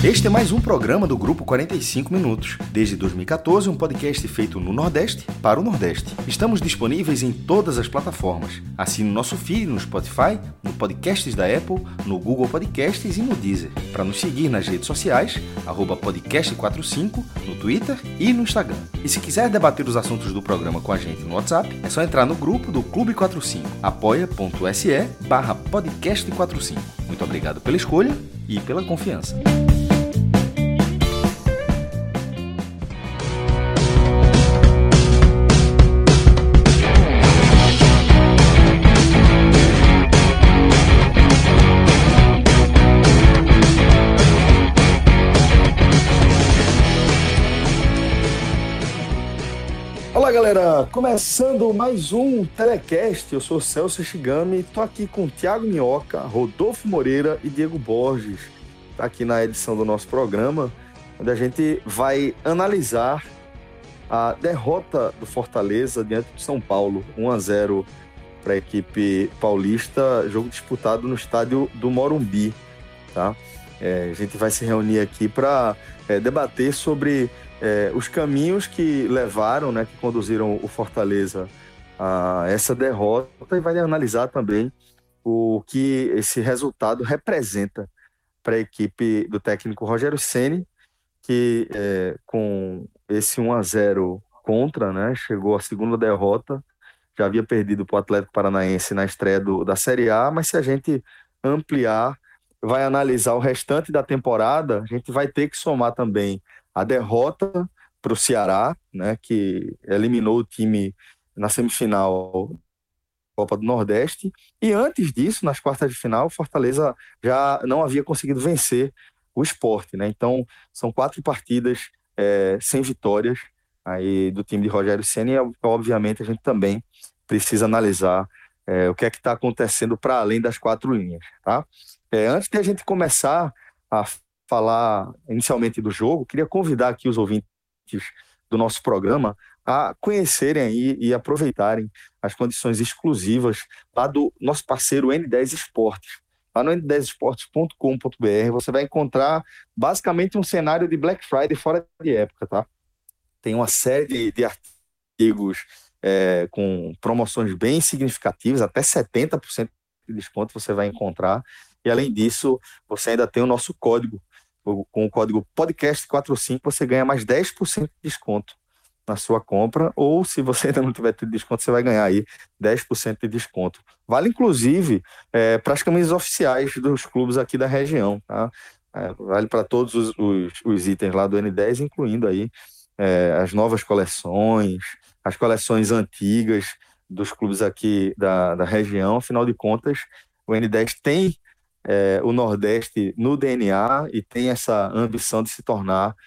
Este é mais um programa do Grupo 45 Minutos. Desde 2014, um podcast feito no Nordeste para o Nordeste. Estamos disponíveis em todas as plataformas. Assine o nosso feed no Spotify, no Podcasts da Apple, no Google Podcasts e no Deezer. Para nos seguir nas redes sociais, @podcast45, no Twitter e no Instagram. E se quiser debater os assuntos do programa com a gente no WhatsApp, é só entrar no grupo do Clube 45, apoia.se/podcast45. Muito obrigado pela escolha e pela confiança. Olá galera, começando mais um Telecast, eu sou Celso Shigami, estou aqui com Thiago Minhoca, Rodolfo Moreira e Diego Borges, tá aqui na edição do nosso programa, onde a gente vai analisar a derrota do Fortaleza diante do São Paulo, 1-0 para a equipe paulista, jogo disputado no estádio do Morumbi, tá? A gente vai se reunir aqui para debater sobre os caminhos que levaram, né, que conduziram o Fortaleza a essa derrota e vai analisar também o que esse resultado representa para a equipe do técnico Rogério Ceni, que com esse 1-0 contra, né, chegou à segunda derrota, já havia perdido para o Atlético Paranaense na estreia da Série A, mas se a gente ampliar, vai analisar o restante da temporada, a gente vai ter que somar também a derrota para o Ceará, né, que eliminou o time na semifinal da Copa do Nordeste, e antes disso, nas quartas de final, o Fortaleza já não havia conseguido vencer o Sport, né? Então, são 4 partidas sem vitórias aí do time de Rogério Ceni, e obviamente a gente também precisa analisar o que é que está acontecendo para além das 4 linhas, tá? Antes de a gente começar a falar inicialmente do jogo, queria convidar aqui os ouvintes do nosso programa a conhecerem aí e aproveitarem as condições exclusivas lá do nosso parceiro N10 Esportes. Lá no n10esportes.com.br você vai encontrar basicamente um cenário de Black Friday fora de época, tá? Tem uma série de artigos com promoções bem significativas, até 70% de desconto você vai encontrar, e além disso, você ainda tem o nosso código. Com o código podcast45 você ganha mais 10% de desconto na sua compra, ou se você ainda não tiver tido desconto, você vai ganhar aí 10% de desconto. Vale inclusive para as camisas oficiais dos clubes aqui da região, tá? Vale para todos os itens lá do N10, incluindo aí as novas coleções, as coleções antigas dos clubes aqui da região. Afinal de contas, o N10 tem o Nordeste no DNA e tem essa ambição de se tornar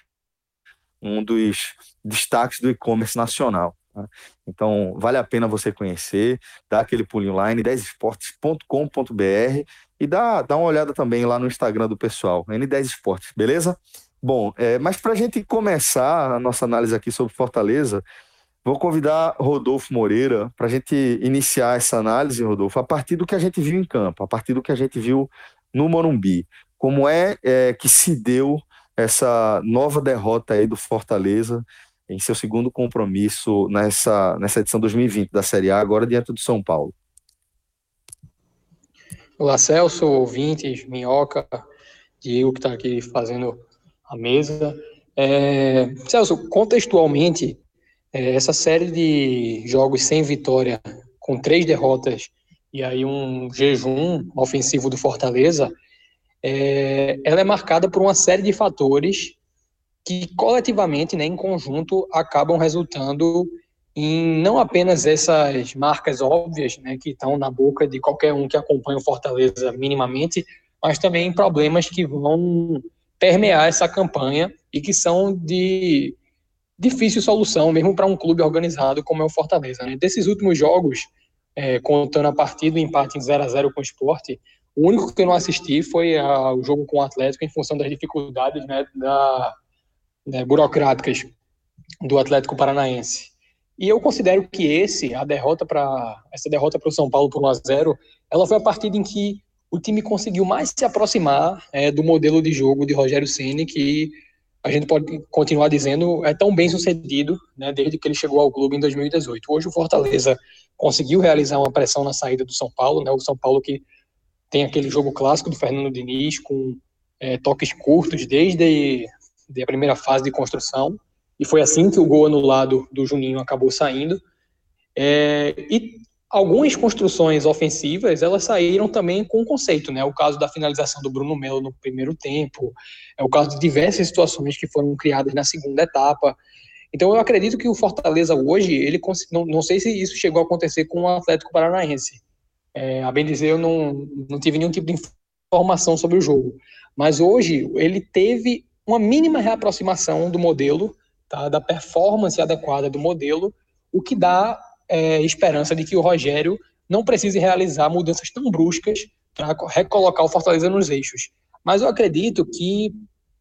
um dos destaques do e-commerce nacional, tá? Então, vale a pena você conhecer, dá aquele pulinho lá, n10esportes.com.br, e dá uma olhada também lá no Instagram do pessoal, N10 Esportes, beleza? Bom, mas para a gente começar a nossa análise aqui sobre Fortaleza, vou convidar Rodolfo Moreira para a gente iniciar essa análise, Rodolfo, a partir do que a gente viu em campo, a partir do que a gente viu no Morumbi. Como que se deu essa nova derrota aí do Fortaleza em seu segundo compromisso nessa edição 2020 da Série A, agora diante do São Paulo? Olá, Celso, ouvintes, Minhoca, Diego, que está aqui fazendo a mesa. Celso, contextualmente, essa série de jogos sem vitória, com 3 derrotas e aí um jejum ofensivo do Fortaleza, ela é marcada por uma série de fatores que coletivamente, né, em conjunto, acabam resultando em não apenas essas marcas óbvias, né, que estão na boca de qualquer um que acompanha o Fortaleza minimamente, mas também em problemas que vão permear essa campanha e que são de difícil solução, mesmo para um clube organizado como é o Fortaleza, né? Desses últimos jogos, contando a partida, o empate em 0-0 com o Sport, o único que eu não assisti foi o jogo com o Atlético, em função das dificuldades, né, burocráticas do Atlético Paranaense. E eu considero que essa derrota para o São Paulo por 1-0, ela foi a partida em que o time conseguiu mais se aproximar do modelo de jogo de Rogério Ceni, que a gente pode continuar dizendo é tão bem sucedido, né, desde que ele chegou ao clube em 2018. Hoje o Fortaleza conseguiu realizar uma pressão na saída do São Paulo, né, o São Paulo que tem aquele jogo clássico do Fernando Diniz com toques curtos desde a primeira fase de construção, e foi assim que o gol anulado do Juninho acabou saindo. E algumas construções ofensivas, elas saíram também com conceito, né? O caso da finalização do Bruno Melo no primeiro tempo, o caso de diversas situações que foram criadas na segunda etapa. Então eu acredito que o Fortaleza hoje, ele não sei se isso chegou a acontecer com o Atlético Paranaense. A bem dizer, eu não tive nenhum tipo de informação sobre o jogo. Mas hoje ele teve uma mínima reaproximação do modelo, tá? Da performance adequada do modelo, o que dá esperança de que o Rogério não precise realizar mudanças tão bruscas para recolocar o Fortaleza nos eixos. Mas eu acredito que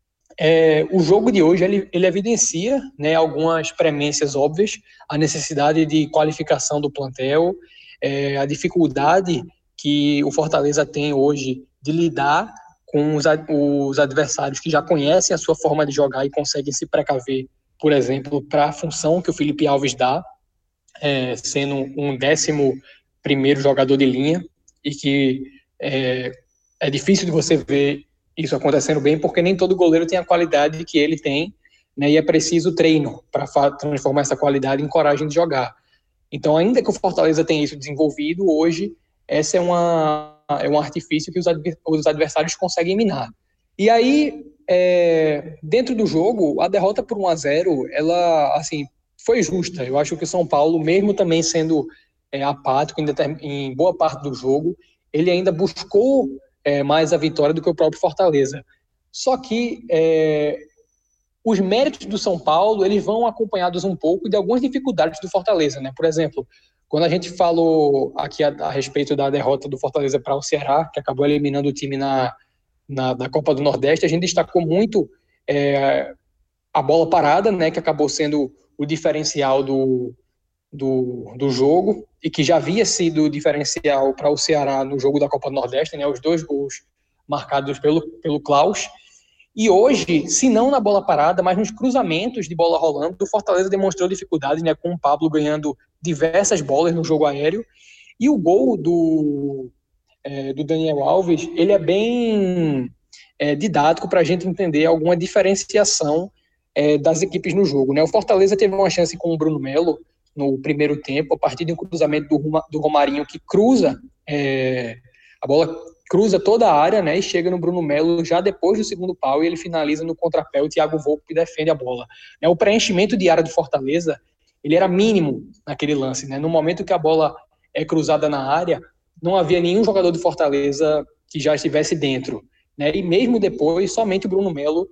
o jogo de hoje ele evidencia, né, algumas premências óbvias, a necessidade de qualificação do plantel, a dificuldade que o Fortaleza tem hoje de lidar com os adversários que já conhecem a sua forma de jogar e conseguem se precaver, por exemplo, para a função que o Felipe Alves dá, sendo um 11º jogador de linha, e que é difícil de você ver isso acontecendo bem, porque nem todo goleiro tem a qualidade que ele tem, né, e é preciso treino para transformar essa qualidade em coragem de jogar. Então, ainda que o Fortaleza tenha isso desenvolvido, hoje, essa é um artifício que os adversários conseguem minar. E aí, dentro do jogo, a derrota por 1-0, ela, assim, foi justa. Eu acho que o São Paulo, mesmo também sendo apático em boa parte do jogo, ele ainda buscou mais a vitória do que o próprio Fortaleza. Só que os méritos do São Paulo, eles vão acompanhados um pouco de algumas dificuldades do Fortaleza, né? Por exemplo, quando a gente falou aqui a respeito da derrota do Fortaleza para o Ceará, que acabou eliminando o time na Copa do Nordeste, a gente destacou muito a bola parada, né, que acabou sendo o diferencial do jogo, e que já havia sido diferencial para o Ceará no jogo da Copa do Nordeste, né, os 2 gols marcados pelo Klaus. E hoje, se não na bola parada, mas nos cruzamentos de bola rolando, o Fortaleza demonstrou dificuldade, né, com o Pablo ganhando diversas bolas no jogo aéreo. E o gol do Daniel Alves, ele é bem didático para a gente entender alguma diferenciação das equipes no jogo, né? O Fortaleza teve uma chance com o Bruno Melo no primeiro tempo, a partir de um cruzamento do Romarinho, que cruza, a bola cruza toda a área, né, e chega no Bruno Melo já depois do segundo pau, e ele finaliza no contrapé, o Thiago Volpi defende a bola. O preenchimento de área do Fortaleza, ele era mínimo naquele lance, né? No momento que a bola é cruzada na área, não havia nenhum jogador do Fortaleza que já estivesse dentro, né? E mesmo depois, somente o Bruno Melo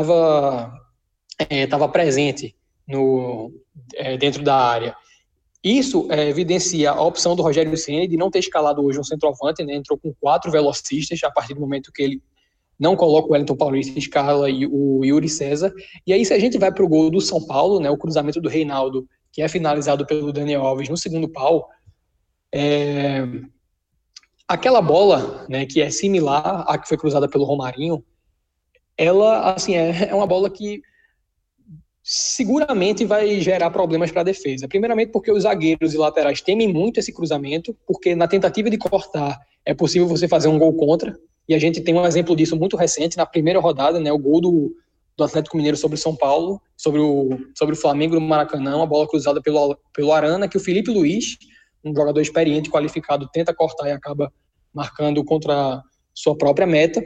estava presente dentro da área. Isso evidencia a opção do Rogério Ceni de não ter escalado hoje um centroavante, né? Entrou com 4 velocistas, a partir do momento que ele não coloca o Wellington Paulista, escala e o Yuri César. E aí, se a gente vai para o gol do São Paulo, né, o cruzamento do Reinaldo, que é finalizado pelo Daniel Alves no segundo pau, aquela bola, né, que é similar à que foi cruzada pelo Romarinho, ela, assim, é uma bola que seguramente vai gerar problemas para a defesa. Primeiramente porque os zagueiros e laterais temem muito esse cruzamento, porque na tentativa de cortar é possível você fazer um gol contra, e a gente tem um exemplo disso muito recente, na primeira rodada, né, o gol do Atlético Mineiro sobre o São Paulo, sobre o Flamengo no Maracanã, uma bola cruzada pelo Arana, que o Felipe Luiz, um jogador experiente, qualificado, tenta cortar e acaba marcando contra sua própria meta.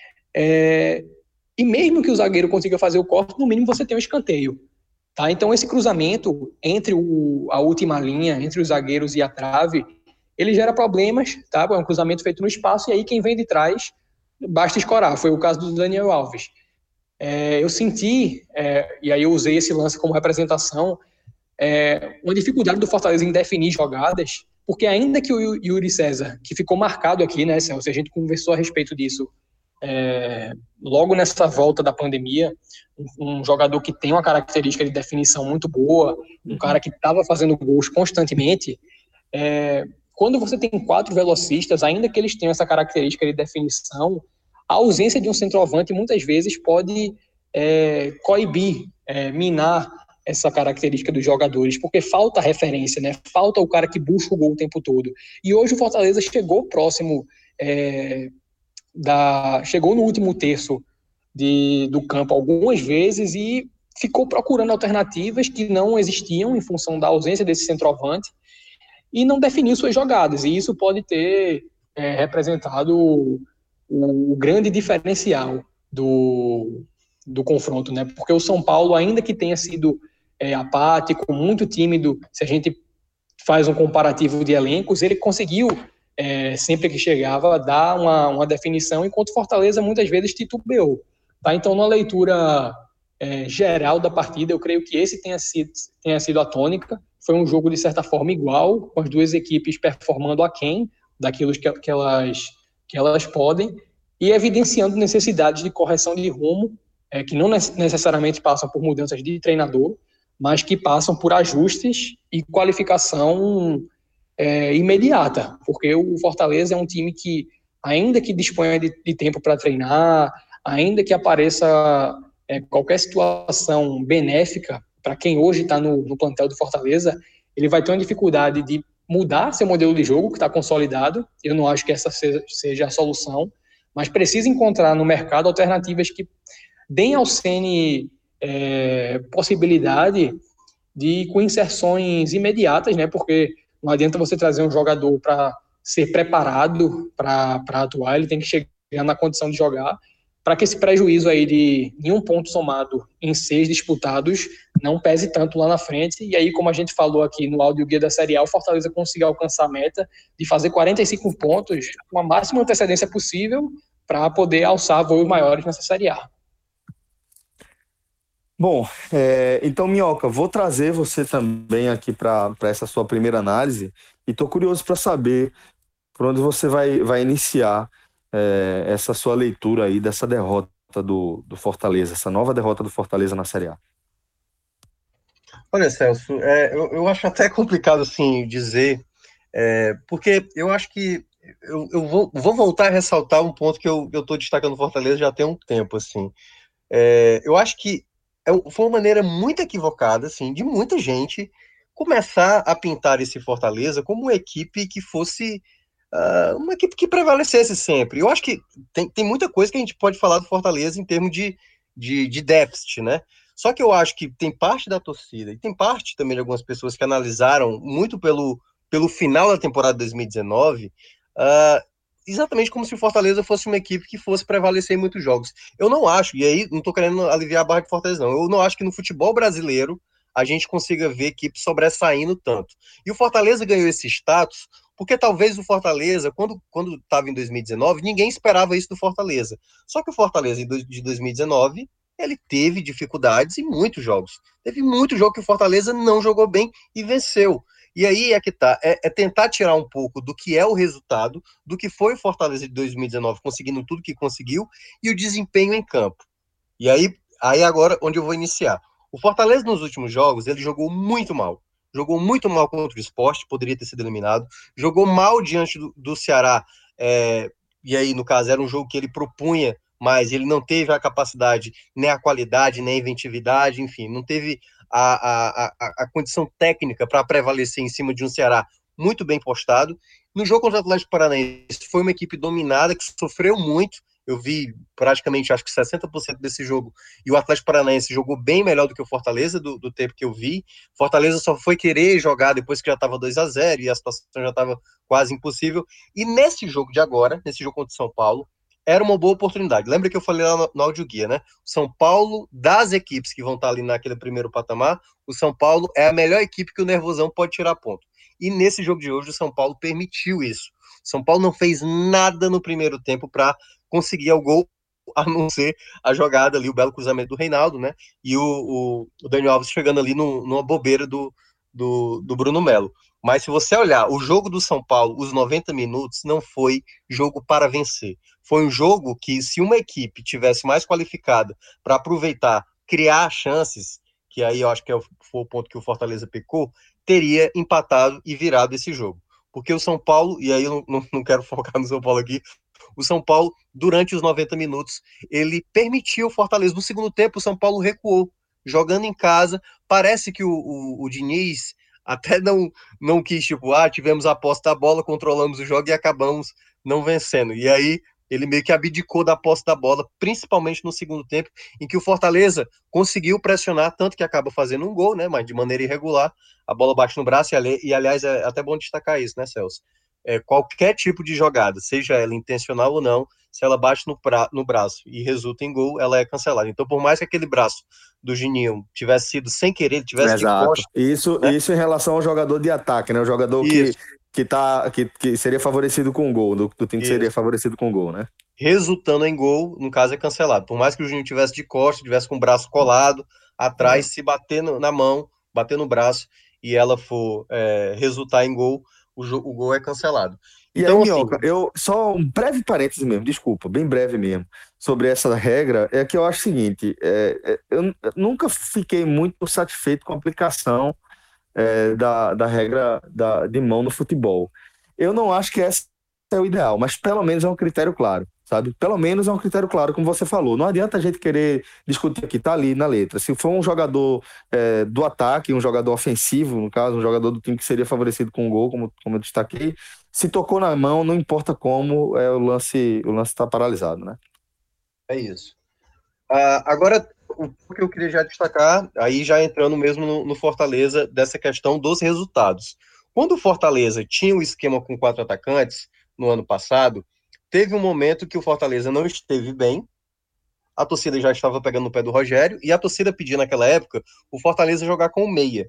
E mesmo que o zagueiro consiga fazer o corte, no mínimo você tem um escanteio. Tá? Então esse cruzamento entre a última linha, entre os zagueiros e a trave, ele gera problemas, tá? É um cruzamento feito no espaço, e aí quem vem de trás basta escorar. Foi o caso do Daniel Alves. Eu senti, e aí eu usei esse lance como representação, uma dificuldade do Fortaleza em definir jogadas, porque ainda que o Yuri César, que ficou marcado aqui, né, Celso, a gente conversou a respeito disso logo nessa volta da pandemia, um jogador que tem uma característica de definição muito boa, um cara que estava fazendo gols constantemente, quando você tem 4 velocistas, ainda que eles tenham essa característica de definição, a ausência de um centroavante muitas vezes pode coibir, minar essa característica dos jogadores, porque falta referência, né? Falta o cara que busca o gol o tempo todo. E hoje o Fortaleza chegou próximo, chegou no último terço do campo algumas vezes e ficou procurando alternativas que não existiam em função da ausência desse centroavante e não definiu suas jogadas. E isso pode ter representado o grande diferencial do confronto, né? Porque o São Paulo, ainda que tenha sido apático, muito tímido, se a gente faz um comparativo de elencos, ele conseguiu, sempre que chegava, dar uma definição, enquanto o Fortaleza muitas vezes titubeou. Tá? Então, na leitura geral da partida, eu creio que esse tenha sido a tônica. Foi um jogo, de certa forma, igual, com as duas equipes performando aquém daquilo que elas podem, e evidenciando necessidades de correção de rumo, que não necessariamente passam por mudanças de treinador, mas que passam por ajustes e qualificação imediata, porque o Fortaleza é um time que, ainda que disponha de tempo para treinar, ainda que apareça qualquer situação benéfica para quem hoje está no plantel do Fortaleza, ele vai ter uma dificuldade de mudar seu modelo de jogo, que está consolidado. Eu não acho que essa seja a solução, mas precisa encontrar no mercado alternativas que deem ao Ceni possibilidade com inserções imediatas, né? Porque não adianta você trazer um jogador para ser preparado para atuar, ele tem que chegar na condição de jogar, para que esse prejuízo aí de nenhum ponto somado em 6 disputados não pese tanto lá na frente. E aí, como a gente falou aqui no áudio guia da Série A, o Fortaleza conseguiu alcançar a meta de fazer 45 pontos, com a máxima antecedência possível, para poder alçar voos maiores nessa Série A. Bom, então, Minhoca, vou trazer você também aqui para essa sua primeira análise, e estou curioso para saber por onde você vai iniciar essa sua leitura aí dessa derrota do Fortaleza, essa nova derrota do Fortaleza na Série A. Olha, Celso, eu acho até complicado assim dizer, porque eu acho que eu vou voltar a ressaltar um ponto que eu estou destacando no Fortaleza já tem um tempo, assim. Eu acho que foi uma maneira muito equivocada, assim, de muita gente começar a pintar esse Fortaleza como uma equipe que fosse uma equipe que prevalecesse sempre. Eu acho que tem muita coisa que a gente pode falar do Fortaleza em termos de déficit, né? Só que eu acho que tem parte da torcida e tem parte também de algumas pessoas que analisaram muito pelo final da temporada de 2019, exatamente como se o Fortaleza fosse uma equipe que fosse prevalecer em muitos jogos. Eu não acho, e aí não estou querendo aliviar a barra de Fortaleza, não. Eu não acho que no futebol brasileiro a gente consiga ver equipe sobressaindo tanto. E o Fortaleza ganhou esse status porque talvez o Fortaleza, quando estava em 2019, ninguém esperava isso do Fortaleza. Só que o Fortaleza de 2019, ele teve dificuldades em muitos jogos. Teve muito jogo que o Fortaleza não jogou bem e venceu. E aí é que tá, tentar tirar um pouco do que é o resultado, do que foi o Fortaleza de 2019, conseguindo tudo que conseguiu, e o desempenho em campo. E aí agora, onde eu vou iniciar. O Fortaleza, nos últimos jogos, ele jogou muito mal. Jogou muito mal contra o Sport, poderia ter sido eliminado. Jogou mal diante do Ceará, e aí, no caso, era um jogo que ele propunha, mas ele não teve a capacidade, nem a qualidade, nem a inventividade, enfim, não teve a condição técnica para prevalecer em cima de um Ceará muito bem postado. No jogo contra o Atlético Paranaense, foi uma equipe dominada, que sofreu muito. Eu vi praticamente, acho que 60% desse jogo, e o Atlético Paranaense jogou bem melhor do que o Fortaleza, do tempo que eu vi. Fortaleza só foi querer jogar depois que já estava 2-0 e a situação já estava quase impossível. E nesse jogo de agora, nesse jogo contra o São Paulo, era uma boa oportunidade. Lembra que eu falei lá no áudio guia, né? O São Paulo, das equipes que vão estar ali naquele primeiro patamar, o São Paulo é a melhor equipe que o Nervosão pode tirar ponto. E nesse jogo de hoje, o São Paulo permitiu isso. O São Paulo não fez nada no primeiro tempo para conseguir o gol, a não ser a jogada ali, o belo cruzamento do Reinaldo, né? E o Daniel Alves chegando ali numa bobeira do Bruno Melo. Mas se você olhar, o jogo do São Paulo, os 90 minutos, não foi jogo para vencer. Foi um jogo que, se uma equipe tivesse mais qualificada para aproveitar, criar chances, que aí eu acho que foi o ponto que o Fortaleza pecou, teria empatado e virado esse jogo. porque o São Paulo, e aí eu não quero focar no São Paulo aqui, o São Paulo, durante os 90 minutos, ele permitiu o Fortaleza. No segundo tempo, o São Paulo recuou, jogando em casa. Parece que o Diniz até não quis, tipo, tivemos a posse da bola, controlamos o jogo e acabamos não vencendo. E aí ele meio que abdicou da posse da bola, principalmente no segundo tempo, em que o Fortaleza conseguiu pressionar, tanto que acaba fazendo um gol, né? Mas de maneira irregular, a bola bate no braço, e aliás, é até bom destacar isso, né, Celso? Qualquer tipo de jogada, seja ela intencional ou não, se ela bate no braço e resulta em gol, ela é cancelada. Então, por mais que aquele braço do Gininho tivesse sido sem querer, ele tivesse de Exato. costa, Isso, né? isso em relação ao jogador de ataque, né? O jogador Isso, que seria favorecido com o gol, do time que seria isso. favorecido com o gol, né? Resultando em gol, no caso é cancelado. Por mais que o Gininho tivesse de costa, tivesse com o braço colado atrás, se bater na mão, bater no braço e ela for resultar em gol, o gol é cancelado. E aí, Então, assim, Minhoca, eu só um breve parêntese mesmo, desculpa, bem breve mesmo, sobre essa regra, é que eu acho o seguinte, eu nunca fiquei muito satisfeito com a aplicação da regra de mão no futebol. Eu não acho que esse é o ideal, mas pelo menos é um critério claro, sabe? Pelo menos é um critério claro, como você falou. Não adianta a gente querer discutir aqui, tá ali na letra. Se for um jogador do ataque, um jogador ofensivo, no caso, um jogador do time que seria favorecido com um gol, como eu destaquei, se tocou na mão, não importa como, o lance está paralisado, né? é isso. Agora, o que eu queria já destacar, aí já entrando mesmo no Fortaleza, dessa questão dos resultados. Quando o Fortaleza tinha o esquema com 4 atacantes, no ano passado, teve um momento que o Fortaleza não esteve bem, a torcida já estava pegando no pé do Rogério, e a torcida pedia naquela época o Fortaleza jogar com o meia.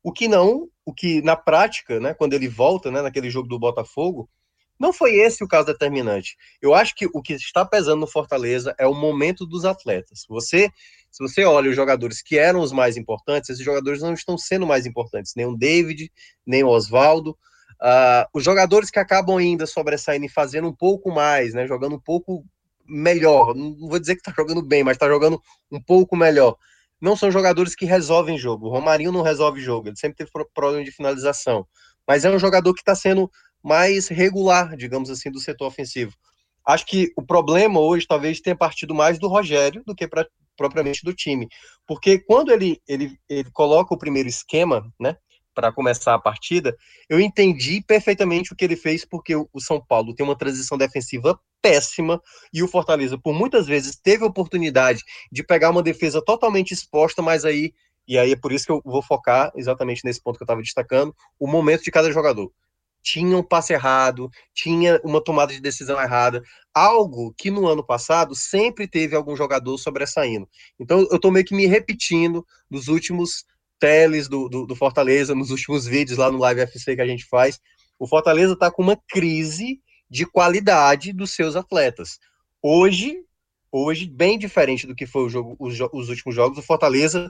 O que na prática, né, quando ele volta, né, naquele jogo do Botafogo, não foi esse o caso determinante. Eu acho que o que está pesando no Fortaleza é o momento dos atletas. Se você olha os jogadores que eram os mais importantes, esses jogadores não estão sendo mais importantes. Nem o David, nem o Oswaldo. Os jogadores que acabam ainda sobressaindo e fazendo um pouco mais, né, jogando um pouco melhor. Não vou dizer que está jogando bem, mas está jogando um pouco melhor. Não são jogadores que resolvem jogo. O Romarinho não resolve jogo. Ele sempre teve problema de finalização. Mas é um jogador que está sendo mais regular, digamos assim, do setor ofensivo. Acho que o problema hoje talvez tenha partido mais do Rogério do que propriamente do time. Porque quando ele coloca o primeiro esquema, né, para começar a partida, eu entendi perfeitamente o que ele fez, porque o São Paulo tem uma transição defensiva péssima e o Fortaleza, por muitas vezes, teve a oportunidade de pegar uma defesa totalmente exposta, mas aí, e aí é por isso que eu vou focar exatamente nesse ponto que eu estava destacando, o momento de cada jogador. Tinha um passe errado, tinha uma tomada de decisão errada, algo que no ano passado sempre teve algum jogador sobressaindo. Então eu tô meio que me repetindo nos últimos teles do Fortaleza, nos últimos vídeos lá no Live FC que a gente faz. O Fortaleza tá com uma crise de qualidade dos seus atletas. Hoje, bem diferente do que foi os últimos jogos, o Fortaleza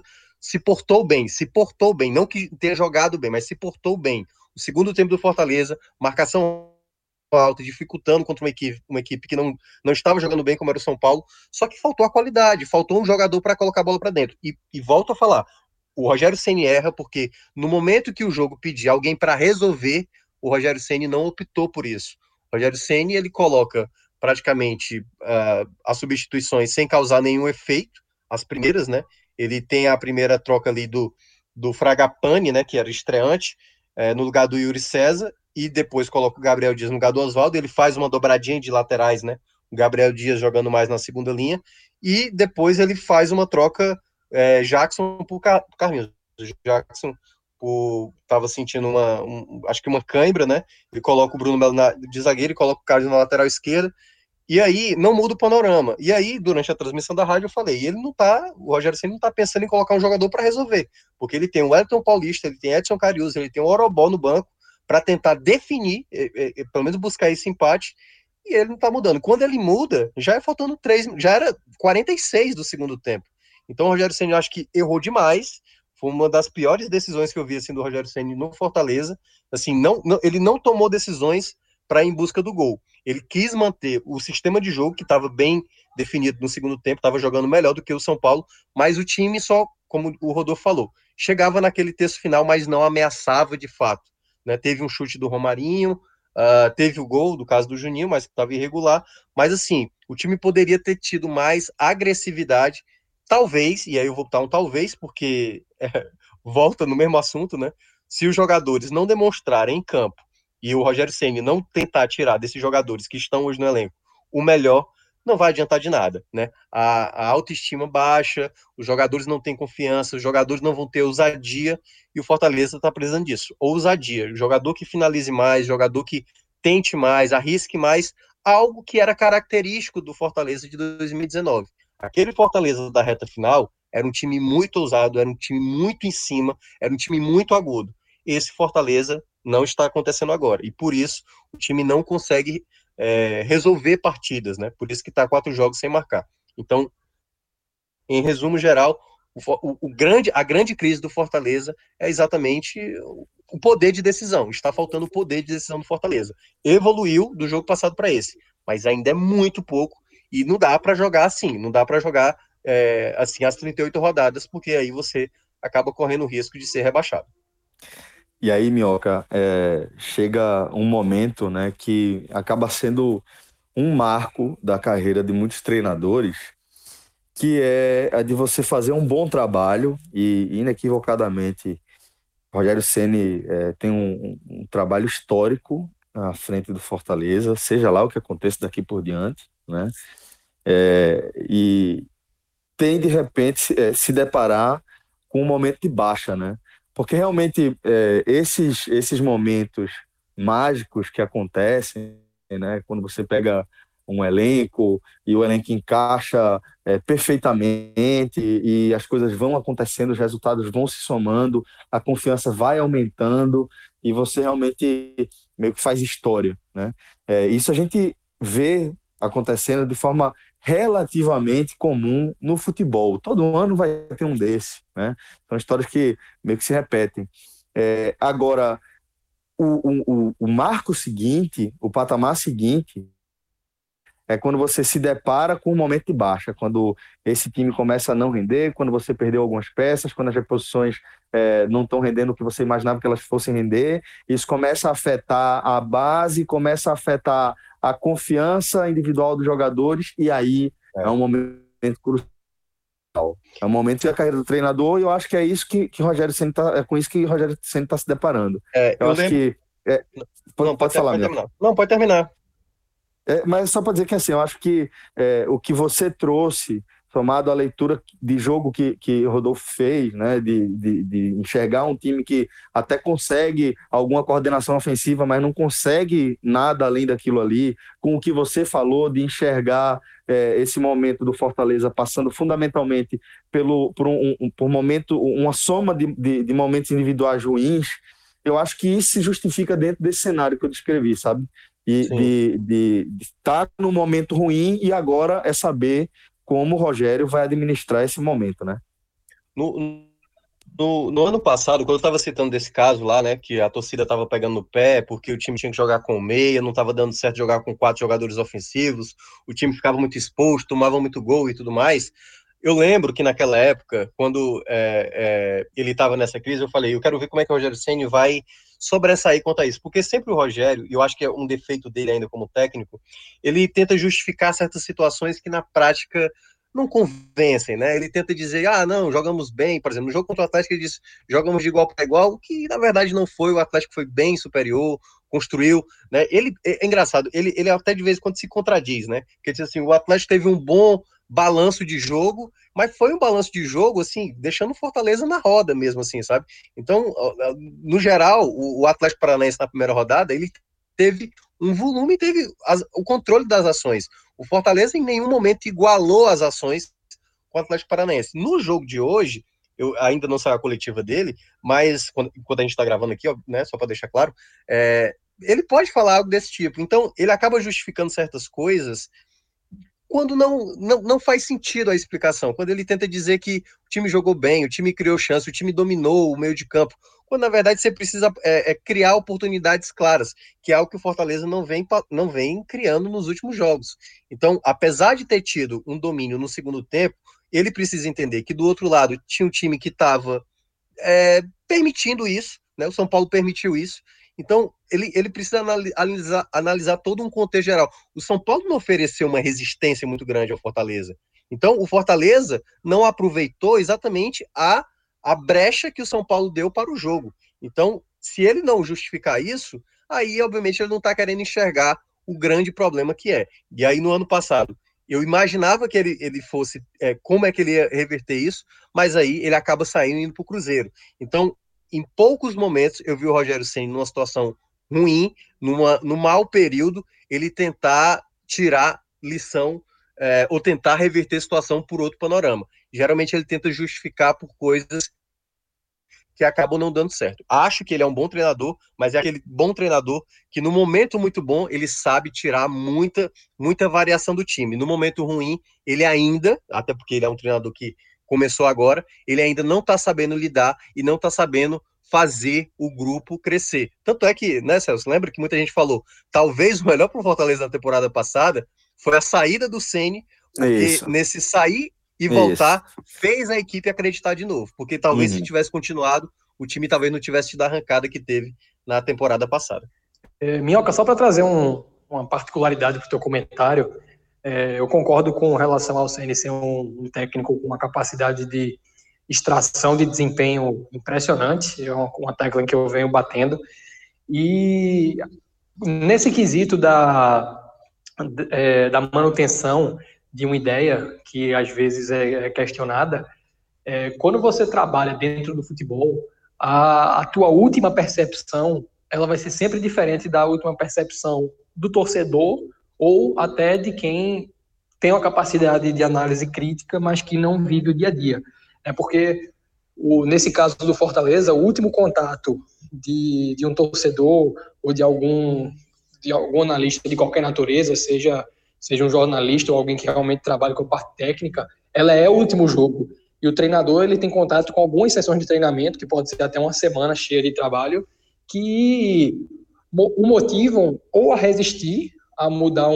se portou bem, não que tenha jogado bem, mas se portou bem. O segundo tempo do Fortaleza, marcação alta, dificultando contra uma equipe que não estava jogando bem, como era o São Paulo, só que faltou a qualidade, faltou um jogador para colocar a bola para dentro. E volto a falar, o Rogério Ceni erra porque no momento que o jogo pedir alguém para resolver, o Rogério Ceni não optou por isso. O Rogério Ceni ele coloca praticamente as substituições sem causar nenhum efeito, as primeiras, né? Ele tem a primeira troca ali do Fragapane, né, que era estreante, no lugar do Yuri César, e depois coloca o Gabriel Dias no lugar do Oswaldo, ele faz uma dobradinha de laterais, né? O Gabriel Dias jogando mais na segunda linha, e depois ele faz uma troca Jackson por Carlinhos. O Jackson estava sentindo acho que uma cãibra, né? Ele coloca o Bruno Melo de zagueiro e coloca o Carlos na lateral esquerda, e aí não muda o panorama. E aí, durante a transmissão da rádio, eu falei, o Rogério Ceni não tá pensando em colocar um jogador para resolver, porque ele tem o Wellington Paulista, ele tem Edson Carius, ele tem o Orobó no banco para tentar definir, pelo menos buscar esse empate, e ele não tá mudando. Quando ele muda, já é faltando 3, já era 46 do segundo tempo. Então o Rogério Ceni eu acho que errou demais. Foi uma das piores decisões que eu vi assim do Rogério Ceni no Fortaleza. Assim, ele não tomou decisões para ir em busca do gol. Ele quis manter o sistema de jogo que estava bem definido no segundo tempo, estava jogando melhor do que o São Paulo, mas o time só, como o Rodolfo falou, chegava naquele terço final, mas não ameaçava de fato. né? Teve um chute do Romarinho, teve o gol do caso do Juninho, mas que estava irregular. Mas assim, o time poderia ter tido mais agressividade, talvez, e aí eu vou botar um talvez, porque volta no mesmo assunto, né? Se os jogadores não demonstrarem em campo e o Rogério Ceni não tentar tirar desses jogadores que estão hoje no elenco o melhor, não vai adiantar de nada, né? A autoestima baixa, os jogadores não têm confiança, os jogadores não vão ter ousadia, e o Fortaleza está precisando disso. Ousadia, jogador que finalize mais, jogador que tente mais, arrisque mais, algo que era característico do Fortaleza de 2019. Aquele Fortaleza da reta final era um time muito ousado, era um time muito em cima, era um time muito agudo. Esse Fortaleza não está acontecendo agora, e por isso o time não consegue resolver partidas, né? Por isso que está 4 jogos sem marcar. Então, em resumo geral, a grande crise do Fortaleza é exatamente o poder de decisão. Está faltando o poder de decisão do Fortaleza. Evoluiu do jogo passado para esse, mas ainda é muito pouco e não dá para jogar assim. Não dá para jogar assim as 38 rodadas, porque aí você acaba correndo o risco de ser rebaixado. E aí, Minhoca, chega um momento, né, que acaba sendo um marco da carreira de muitos treinadores, que é a de você fazer um bom trabalho e, inequivocadamente, Rogério Ceni tem um trabalho histórico à frente do Fortaleza, seja lá o que aconteça daqui por diante, né? E tem, de repente, se deparar com um momento de baixa, né? Porque realmente esses momentos mágicos que acontecem, né? Quando você pega um elenco e o elenco encaixa perfeitamente e as coisas vão acontecendo, os resultados vão se somando, a confiança vai aumentando e você realmente meio que faz história, né? Isso a gente vê acontecendo de forma relativamente comum no futebol. Todo ano vai ter um desse, né? São histórias que meio que se repetem. Agora, o marco seguinte, o patamar seguinte, é quando você se depara com um momento de baixa, quando esse time começa a não render, quando você perdeu algumas peças, quando as reposições não estão rendendo o que você imaginava que elas fossem render, isso começa a afetar a base, começa a afetar a confiança individual dos jogadores, e aí é um momento crucial. É um momento que a carreira do treinador, e eu acho que é isso que Rogério Ceni com isso que Rogério Ceni está se deparando. Eu acho lembro... que pode falar, meu. Não, pode terminar. Mas só para dizer que assim, eu acho que o que você trouxe, somado à leitura de jogo que Rodolfo fez, né, de enxergar um time que até consegue alguma coordenação ofensiva, mas não consegue nada além daquilo ali, com o que você falou de enxergar esse momento do Fortaleza passando fundamentalmente por momento, uma soma de momentos individuais ruins, eu acho que isso se justifica dentro desse cenário que eu descrevi, sabe? E de estar num momento ruim e agora é saber como o Rogério vai administrar esse momento, né? No ano passado, quando eu estava citando desse caso lá, né, que a torcida estava pegando no pé, porque o time tinha que jogar com meia, não estava dando certo jogar com 4 jogadores ofensivos, o time ficava muito exposto, tomava muito gol e tudo mais. Eu lembro que naquela época, quando ele estava nessa crise, eu falei, eu quero ver como é que o Rogério Ceni vai sobressair quanto a isso, porque sempre o Rogério, e eu acho que é um defeito dele ainda como técnico, ele tenta justificar certas situações que na prática não convencem, né? Ele tenta dizer, não, jogamos bem, por exemplo, no jogo contra o Atlético ele disse, jogamos de igual para igual, que na verdade não foi, o Atlético foi bem superior, construiu, né? Ele é engraçado, ele até de vez em quando se contradiz, né? Porque diz assim, o Atlético teve um bom balanço de jogo, mas foi um balanço de jogo, assim, deixando o Fortaleza na roda mesmo, assim, sabe? Então, no geral, o Atlético Paranaense na primeira rodada, ele teve um volume, teve o controle das ações. O Fortaleza em nenhum momento igualou as ações com o Atlético Paranaense. No jogo de hoje, eu ainda não saiu a coletiva dele, mas quando a gente está gravando aqui, ó, né, só para deixar claro, ele pode falar algo desse tipo. Então, ele acaba justificando certas coisas quando não faz sentido a explicação, quando ele tenta dizer que o time jogou bem, o time criou chance, o time dominou o meio de campo, quando na verdade você precisa criar oportunidades claras, que é algo que o Fortaleza não vem criando nos últimos jogos. Então, apesar de ter tido um domínio no segundo tempo, ele precisa entender que do outro lado tinha um time que estava permitindo isso, né? O São Paulo permitiu isso, Então, ele precisa analisar todo um contexto geral. O São Paulo não ofereceu uma resistência muito grande ao Fortaleza. Então, o Fortaleza não aproveitou exatamente a brecha que o São Paulo deu para o jogo. Então, se ele não justificar isso, aí, obviamente, ele não está querendo enxergar o grande problema que é. E aí, no ano passado, eu imaginava que ele fosse, como é que ele ia reverter isso, mas aí ele acaba saindo e indo para o Cruzeiro. Então, em poucos momentos, eu vi o Rogério Ceni numa situação ruim, num mau período, ele tentar tirar lição ou tentar reverter a situação por outro panorama. Geralmente ele tenta justificar por coisas que acabam não dando certo. Acho que ele é um bom treinador, mas é aquele bom treinador que no momento muito bom, ele sabe tirar muita variação do time. No momento ruim, ele ainda, até porque ele é um treinador que começou agora, ele ainda não está sabendo lidar e não está sabendo fazer o grupo crescer. Tanto é que, né, Celso, lembra que muita gente falou, talvez o melhor para o Fortaleza na temporada passada foi a saída do Ceni, porque nesse sair e voltar, fez a equipe acreditar de novo. Porque talvez se tivesse continuado, o time talvez não tivesse tido a arrancada que teve na temporada passada. Minhoca, só para trazer uma particularidade para o teu comentário, eu concordo com relação ao Ceni ser um técnico com uma capacidade de extração de desempenho impressionante, é uma tecla que eu venho batendo, e nesse quesito da manutenção de uma ideia que às vezes é questionada, quando você trabalha dentro do futebol, a tua última percepção ela vai ser sempre diferente da última percepção do torcedor ou até de quem tem uma capacidade de análise crítica, mas que não vive o dia a dia. Porque, nesse caso do Fortaleza, o último contato de um torcedor ou de algum analista de qualquer natureza, seja um jornalista ou alguém que realmente trabalha com parte técnica, ela é o último jogo. E o treinador ele tem contato com algumas sessões de treinamento, que pode ser até uma semana cheia de trabalho, que o motivam ou a resistir, a mudar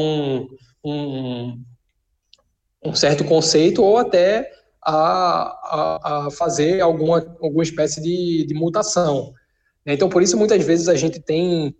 um certo conceito, ou até a fazer alguma espécie de mutação. Então, por isso, muitas vezes a gente tem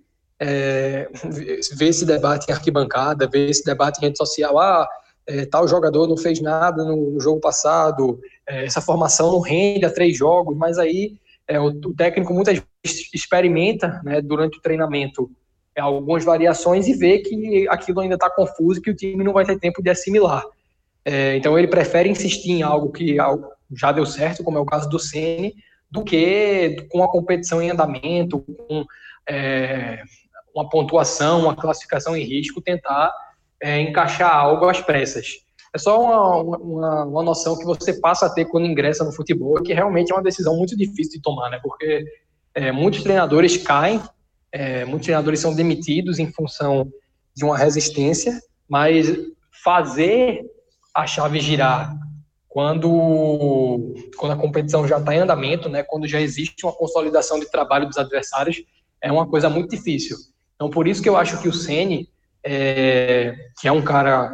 vê esse debate em arquibancada, vê esse debate em rede social, tal jogador não fez nada no jogo passado, essa formação não rende a 3 jogos, mas aí o técnico muitas vezes experimenta, né, durante o treinamento algumas variações e vê que aquilo ainda está confuso e que o time não vai ter tempo de assimilar. Então ele prefere insistir em algo que já deu certo, como é o caso do Ceni, do que com a competição em andamento, com uma pontuação, uma classificação em risco, tentar encaixar algo às pressas. É só uma noção que você passa a ter quando ingressa no futebol, que realmente é uma decisão muito difícil de tomar, né? Porque muitos treinadores caem, muitos treinadores são demitidos em função de uma resistência, mas fazer a chave girar quando a competição já está em andamento, né? Quando já existe uma consolidação de trabalho dos adversários, é uma coisa muito difícil. Então, por isso que eu acho que o Ceni, que é um cara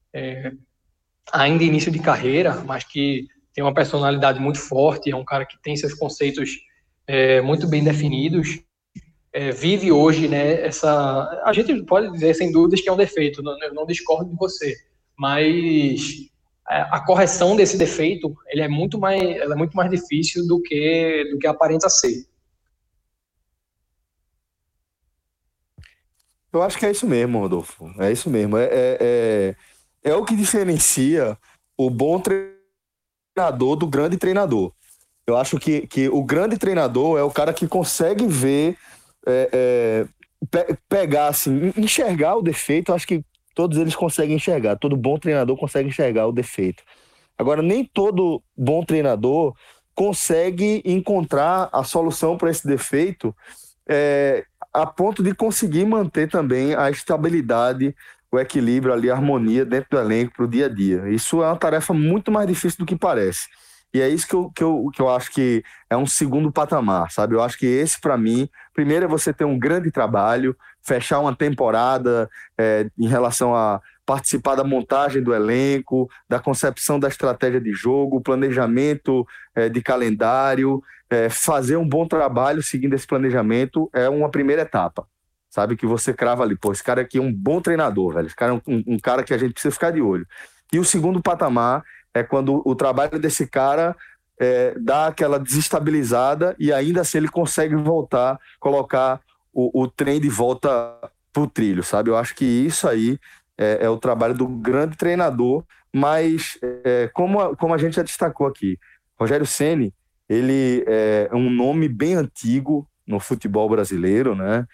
ainda início de carreira, mas que tem uma personalidade muito forte, é um cara que tem seus conceitos muito bem definidos, vive hoje, né, a gente pode dizer sem dúvidas que é um defeito, eu não discordo de você, mas a correção desse defeito ela é muito mais difícil do que aparenta ser. Eu acho que é isso mesmo, Rodolfo. É isso mesmo. É o que diferencia o bom treinador do grande treinador. Eu acho que o grande treinador é o cara que consegue ver, pegar, assim, enxergar o defeito. Eu acho que todos eles conseguem enxergar. Todo bom treinador consegue enxergar o defeito. Agora, nem todo bom treinador consegue encontrar a solução para esse defeito a ponto de conseguir manter também a estabilidade, o equilíbrio ali, a harmonia dentro do elenco para o dia a dia. Isso é uma tarefa muito mais difícil do que parece. E é isso que eu acho que é um segundo patamar, sabe? Eu acho que esse, para mim, primeiro é você ter um grande trabalho, fechar uma temporada em relação a participar da montagem do elenco, da concepção da estratégia de jogo, planejamento de calendário, fazer um bom trabalho seguindo esse planejamento é uma primeira etapa. Sabe, que você crava ali, pô, esse cara aqui é um bom treinador, velho. Esse cara é um cara que a gente precisa ficar de olho. E o segundo patamar é quando o trabalho desse cara dá aquela desestabilizada e ainda assim ele consegue voltar, colocar o trem de volta pro trilho, sabe? Eu acho que isso aí é o trabalho do grande treinador, mas como a gente já destacou aqui, Rogério Ceni, ele é um nome bem antigo no futebol brasileiro, né?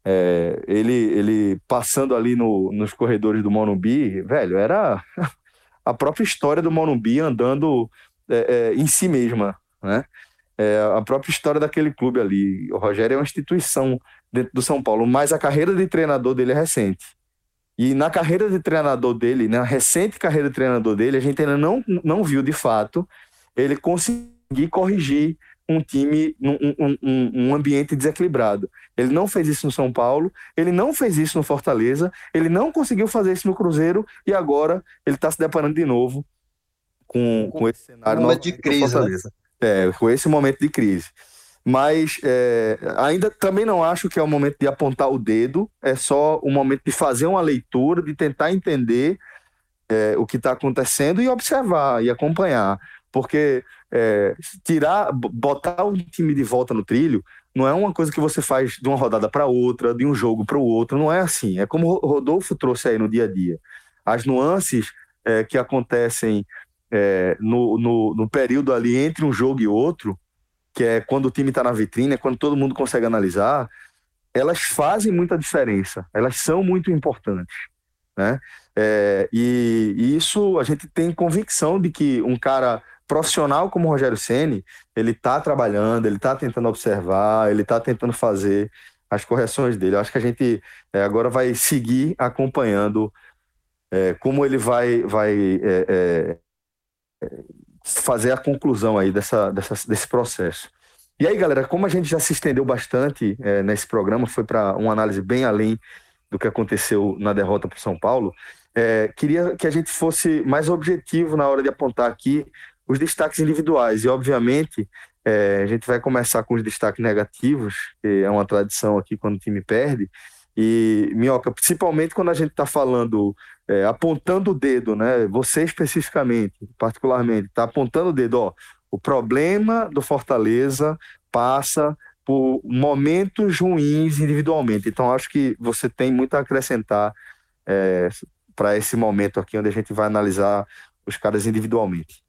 Ele passando ali nos corredores do Morumbi, velho, era a própria história do Morumbi andando em si mesma, né? A própria história daquele clube ali. O Rogério é uma instituição dentro do São Paulo, mas a carreira de treinador dele é recente. E na carreira de treinador dele, na recente carreira de treinador dele, a gente ainda não viu de fato ele conseguir corrigir um time, um ambiente desequilibrado. Ele não fez isso no São Paulo, ele não fez isso no Fortaleza, ele não conseguiu fazer isso no Cruzeiro e agora ele está se deparando de novo com esse cenário momento de crise, Fortaleza. Né? Com esse momento de crise. Mas ainda também não acho que é o momento de apontar o dedo, é só o momento de fazer uma leitura, de tentar entender o que está acontecendo e observar e acompanhar. Porque botar o time de volta no trilho não é uma coisa que você faz de uma rodada para outra, de um jogo para o outro, não é assim. É como o Rodolfo trouxe aí no dia a dia. As nuances que acontecem no período ali entre um jogo e outro, que é quando o time está na vitrine, é quando todo mundo consegue analisar, elas fazem muita diferença, elas são muito importantes, né? E isso a gente tem convicção de que um cara profissional como o Rogério Ceni, ele está trabalhando, ele está tentando observar, ele está tentando fazer as correções dele. Eu acho que a gente agora vai seguir acompanhando como ele vai fazer a conclusão aí desse processo. E aí, galera, como a gente já se estendeu bastante nesse programa, foi para uma análise bem além do que aconteceu na derrota para o São Paulo, queria que a gente fosse mais objetivo na hora de apontar aqui os destaques individuais. E, obviamente, a gente vai começar com os destaques negativos, que é uma tradição aqui quando o time perde. E, Minhoca, principalmente quando a gente está falando, apontando o dedo, né? Você especificamente, particularmente, está apontando o dedo, ó, o problema do Fortaleza passa por momentos ruins individualmente. Então, acho que você tem muito a acrescentar para esse momento aqui, onde a gente vai analisar os caras individualmente.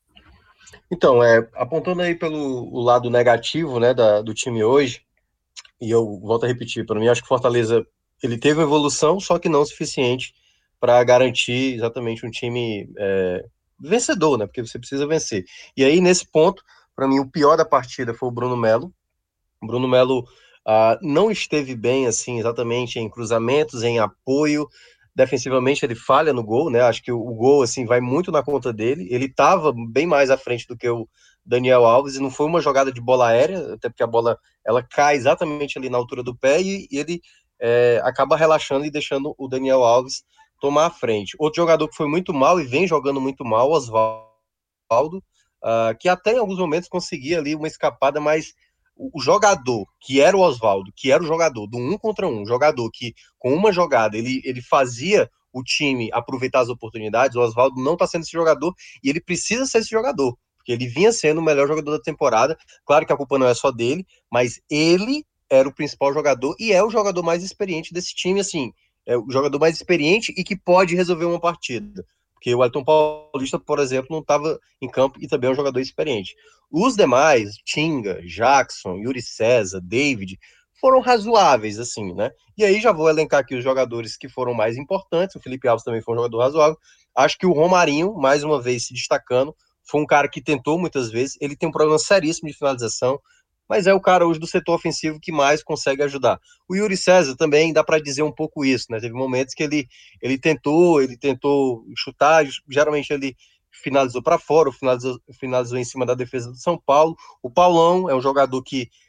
Então, apontando aí pelo lado negativo, né, do time hoje, e eu volto a repetir, para mim, acho que o Fortaleza ele teve uma evolução, só que não o suficiente para garantir exatamente um time vencedor, né, porque você precisa vencer. E aí, nesse ponto, para mim, o pior da partida foi o Bruno Melo. O Bruno Melo não esteve bem, assim, exatamente em cruzamentos, em apoio. Defensivamente ele falha no gol, né? Acho que o gol assim vai muito na conta dele. Ele estava bem mais à frente do que o Daniel Alves e não foi uma jogada de bola aérea, até porque a bola ela cai exatamente ali na altura do pé e ele acaba relaxando e deixando o Daniel Alves tomar a frente. Outro jogador que foi muito mal e vem jogando muito mal, Osvaldo, que até em alguns momentos conseguia ali uma escapada, mas o jogador, que era o Osvaldo, que era o jogador do 1 contra 1, jogador que com uma jogada ele fazia o time aproveitar as oportunidades, o Osvaldo não está sendo esse jogador e ele precisa ser esse jogador, porque ele vinha sendo o melhor jogador da temporada. Claro que a culpa não é só dele, mas ele era o principal jogador e é o jogador mais experiente desse time, assim, é o jogador mais experiente e que pode resolver uma partida. Porque o Elton Paulista, por exemplo, não estava em campo e também é um jogador experiente. Os demais, Tinga, Jackson, Yuri César, David, foram razoáveis, assim, né? E aí já vou elencar aqui os jogadores que foram mais importantes. O Felipe Alves também foi um jogador razoável. Acho que o Romarinho, mais uma vez se destacando, foi um cara que tentou muitas vezes. Ele tem um problema seríssimo de finalização, mas é o cara hoje do setor ofensivo que mais consegue ajudar. O Yuri César também dá para dizer um pouco isso, né? Teve momentos que ele tentou chutar, geralmente ele finalizou para fora, finalizou em cima da defesa do São Paulo. O Paulão é um jogador que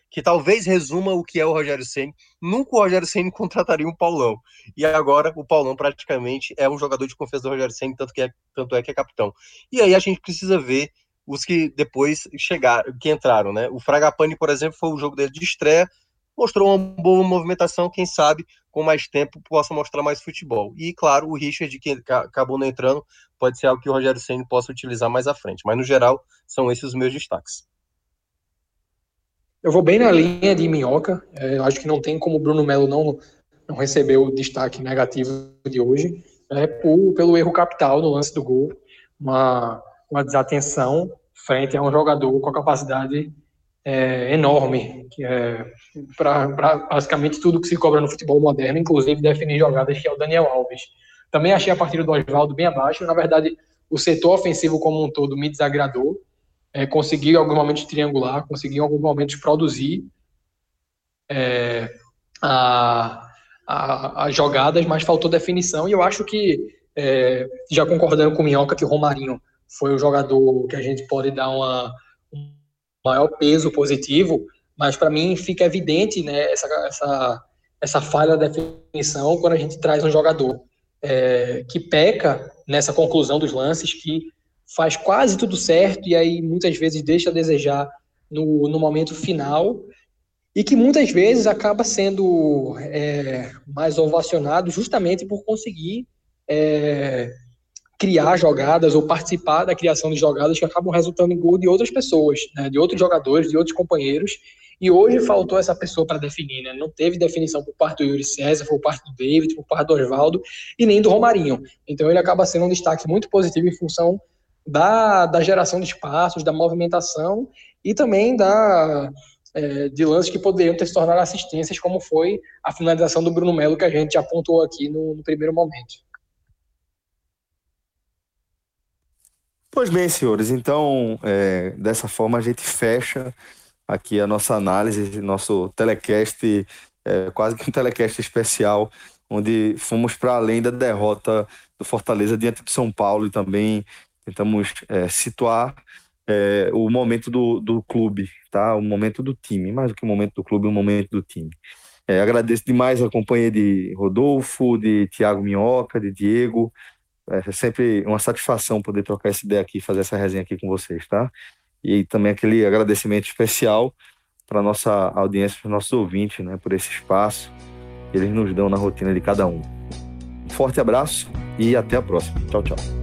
que talvez resuma o que é o Rogério Ceni. Nunca o Rogério Ceni contrataria um Paulão. E agora o Paulão praticamente é um jogador de confiança do Rogério Ceni, tanto é que é capitão. E aí a gente precisa ver os que depois chegaram, que entraram, né? O Fragapane, por exemplo, foi o jogo dele de estreia, mostrou uma boa movimentação, quem sabe com mais tempo possa mostrar mais futebol. E claro, o Richard, que acabou não entrando, pode ser algo que o Rogério Ceni possa utilizar mais à frente. Mas no geral, são esses os meus destaques. Eu vou bem na linha de Minhoca. Eu acho que não tem como o Bruno Melo não receber o destaque negativo de hoje, pelo erro capital no lance do gol, uma desatenção frente a um jogador com a capacidade enorme, que é para basicamente tudo que se cobra no futebol moderno, inclusive definir jogadas, que é o Daniel Alves. Também achei a partida do Osvaldo bem abaixo. Na verdade, o setor ofensivo como um todo me desagradou. Conseguiu em alguns momentos triangular, conseguiu em alguns momentos produzir as jogadas, mas faltou definição. E eu acho que, já concordando com o Minhoca, que o Romarinho foi o jogador que a gente pode dar um maior peso positivo, mas para mim fica evidente, né, essa falha da definição quando a gente traz um jogador que peca nessa conclusão dos lances, que faz quase tudo certo e aí muitas vezes deixa a desejar no momento final, e que muitas vezes acaba sendo mais ovacionado justamente por conseguir criar jogadas ou participar da criação de jogadas que acabam resultando em gol de outras pessoas, né, de outros jogadores, de outros companheiros. E hoje faltou essa pessoa para definir, né? Não teve definição por parte do Yuri César, por parte do David, por parte do Osvaldo e nem do Romarinho. Então ele acaba sendo um destaque muito positivo em função da geração de espaços, da movimentação e também de lances que poderiam ter se tornado assistências, como foi a finalização do Bruno Melo, que a gente já apontou aqui no primeiro momento. Pois bem, senhores, então dessa forma a gente fecha aqui a nossa análise, nosso telecast, quase que um telecast especial, onde fomos para além da derrota do Fortaleza diante do São Paulo e também tentamos situar o momento do clube, tá? O momento do time, mais do que o momento do clube, o momento do time. Agradeço demais a companhia de Rodolfo, de Thiago Minhoca, de Diego. É sempre uma satisfação poder trocar essa ideia aqui, fazer essa resenha aqui com vocês, tá? E também aquele agradecimento especial para a nossa audiência, para os nossos ouvintes, né, por esse espaço que eles nos dão na rotina de cada um. Um forte abraço e até a próxima. Tchau, tchau.